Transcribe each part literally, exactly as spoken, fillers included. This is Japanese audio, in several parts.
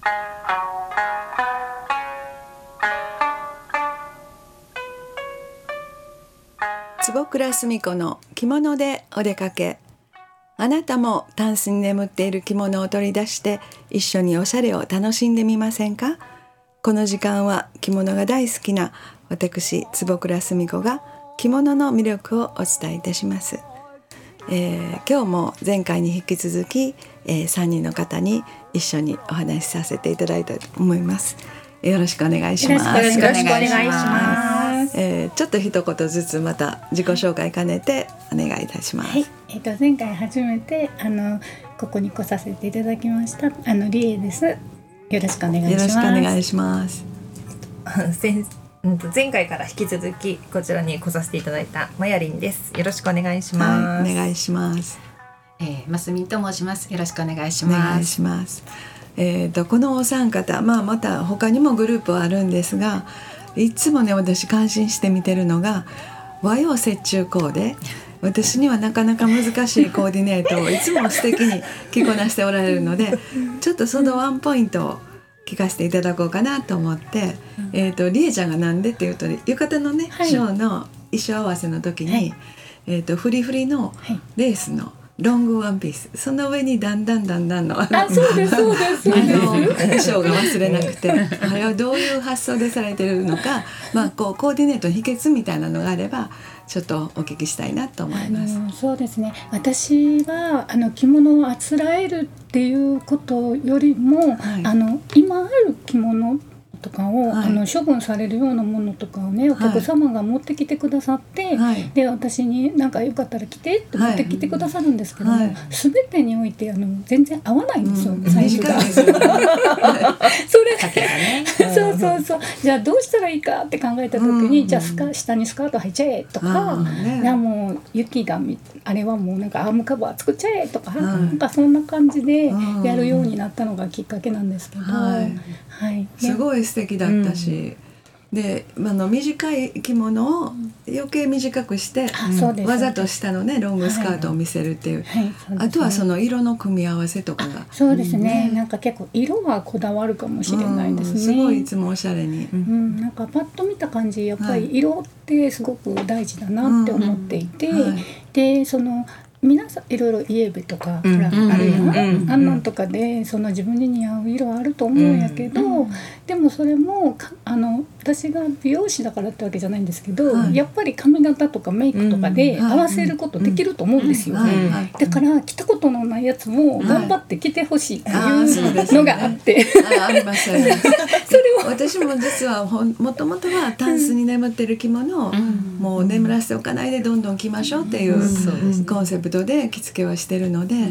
坪倉澄子の着物でお出かけ。あなたもタンスに眠っている着物を取り出して一緒におしゃれを楽しんでみませんか。この時間は着物が大好きな私坪倉澄子が着物の魅力をお伝えいたします。えー、今日も前回に引き続き、えー、さんにんの方に一緒にお話しさせていただいたと思います。よろしくお願いします。 よろしくお願いします。 えー、ちょっと一言ずつまた自己紹介兼ねてお願いいたします。 はい、えー、と前回初めてあのここに来させていただきましたあのリエです。よろしくお願いします。 よろしくお願いします。 前回から引き続きこちらに来させていただいたマヤリンです。よろしくお願いします。 はい、お願いします。 えー、マスミンと申します。よろしくお願いします。 お願いします。えー、とこのお三方、まあ、また他にもグループはあるんですが、いつもね私感心して見てるのが和洋折衷コーデ。私にはなかなか難しいコーディネートをいつも素敵に着こなしておられるので、ちょっとそのワンポイントを聞かせていただこうかなと思って、えー、とリエちゃんがなんでっていうと浴衣のね、はい、ショーの衣装合わせの時に、はい、えー、とフリフリのレースのロングワンピース、その上にだんだんだんだんのあのあそうですそうですそうです衣装が忘れなくてあれはどういう発想でされてるのか、まあ、こうコーディネートの秘訣みたいなのがあればちょっとお聞きしたいなと思います。 あのそうですね、私はあの着物をあつらえるっていうことよりも、はい、あの今ある着物とかを、はい、あの処分されるようなものとかをねお客様が持ってきてくださって、はい、で私になんかよかったら着てって持ってきてくださるんですけども、はい、全てにおいてあの全然合わないんですよ、うん、サイズがそれねそうそうそうじゃあどうしたらいいかって考えた時に、うん、じゃあスカ下にスカート履いちゃえとか、ね、いやもう雪があれはもうなんかアームカバー作っちゃえとか、うん、なんかそんな感じでやるようになったのがきっかけなんですけど、はいはい、すごい素敵だったし、うん、であの短い着物を余計短くして、うん、わざと下のねロングスカートを見せるっていう、はいはいそうですね、あとはその色の組み合わせとかがそうですね、うん、なんか結構色はこだわるかもしれないですね、うん、 すごいいつもおしゃれに、 うん、なんかパッと見た感じやっぱり色ってすごく大事だなって思っていて、うんはい、でその皆さんいろいろイエベとか、うん、あるやん、うん、あんなんとかでその自分に似合う色あると思うんやけど、うん、でもそれもあの私が美容師だからってわけじゃないんですけど、はい、やっぱり髪型とかメイクとかで合わせることできると思うんですよ、うんうんはい、だから着たことのないやつも頑張って着てほしいっていうのがあって、 はい、あ, ありますよねそれを私も実はほんもともとはタンスに眠ってる着物を、うん、もう眠らせておかないでどんどん着ましょうっていう、うん、コンセプトで着付けはしてるので、うん、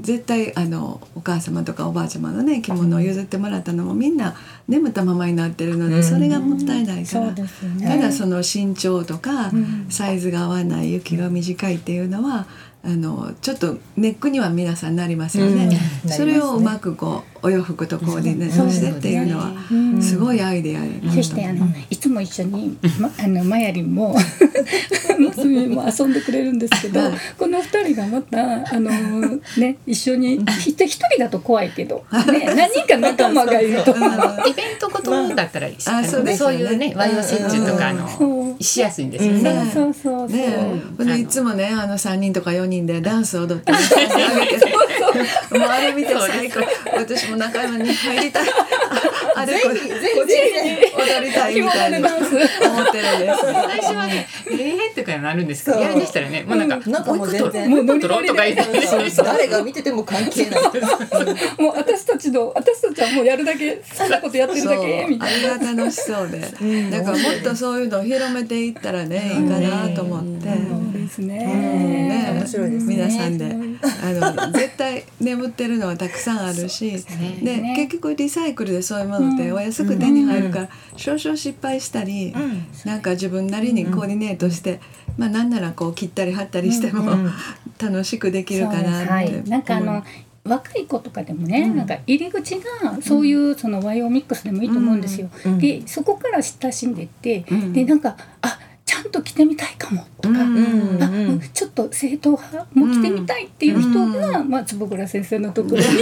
絶対あのお母様とかおばあちゃまのね着物を譲ってもらったのもみんな眠ったままになってるので、うん、それがもったいないから、うんね、ただその身長とか、うん、サイズが合わない雪が短いっていうのはあのちょっとネックには皆さんなりますよね、うん、それをうまくこうお洋服とコーディネートしてっていうのはすごいアイデアやなと。 そしてあのいつも一緒に、ま、あのマヤリンも娘も遊んでくれるんですけど、はい、この二人がまたあの、ね、一緒に一人だと怖いけど、ね、何人か仲間がいるとイベントごとだったらいいし、まあ、そうですよね、そういうね和洋折衷とかあのしやすいんですよね、 うん、そうそうそうそう、 ね、でいつもねあのさんにんとかよにんでダンス踊ってもうあれ見て最高私も仲間に入りたいあれこれ踊りたいみたいに思ってるんです最初はねえーとかなるんですけどやりだしたらねもうなんか、うん、 なんかもう全然もう撮ろうとか言って誰が見てても関係ないもう私たちの私たちはもうやるだけそんなことやってるだけみたいなあれが楽しそうで、うん、だからもっとそういうのを広めていったらね、うん、いいかなと思って、 そうですね、 うんね、 面白いですね皆さんであの絶対眠ってるのはたくさんあるしで、ね、結局リサイクルでそういうものってお安く手に入るから、うん、少々失敗したり、うん、なんか自分なりにコーディネートして、うんまあ、なんならこう切ったり貼ったりしても、うんうん、楽しくできるかなって、はい、 なんかあの、うん若い子とかでもね、うん、なんか入り口がそういうその和洋ミックスでもいいと思うんですよ、うんうん、でそこから親しんでいって、うん、でなんかあちゃんと着てみたいかもっとか、うんあうん、ちょっと正統派も着てみたいっていう人が、うんまあ、坪倉先生のところに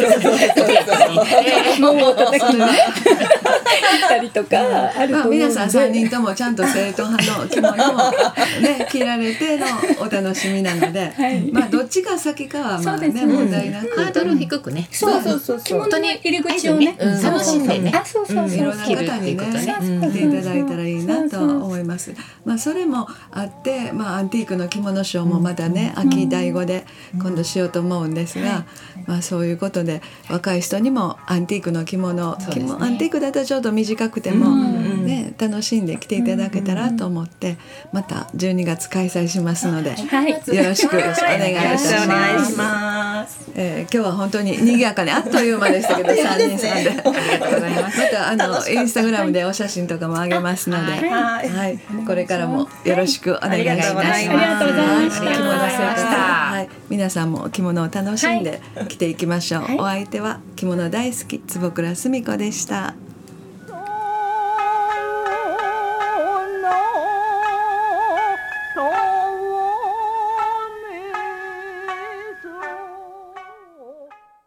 門を叩きに行ったりとかあると思うので、まあ、 皆さんさんにんともちゃんと正統派の着物を、ね、着られてのお楽しみなので、はい、まあどっちが先かはまあ、ねね、問題なく、 ハードル低くね、 そうそうそう着物の入り口をね、 うん、楽しんでね、 あそうそうそういろんな方にね着ていただいたらいいなと思います。まあそれもあって、まあアンティークの着物ショーもまだね、秋だいごで今度しようと思うんですが、まあそういうことで若い人にもアンティークの着物、着物アンティークだとちょっと短くてもね楽しんで着ていただけたらと思ってまたじゅうにがつ開催しますので、よろしくお願いいたします。えー、今日は本当に賑やかにあっという間でしたけどさんにんさんでありがとうございます。またあのインスタグラムでお写真とかも上げますので、はい、はい、これからもよろしくお願いいたします。 ありがとうございました。 着物生活、はい、皆さんも着物を楽しんで着ていきましょう。はい、お相手は着物大好き坪倉澄子でした。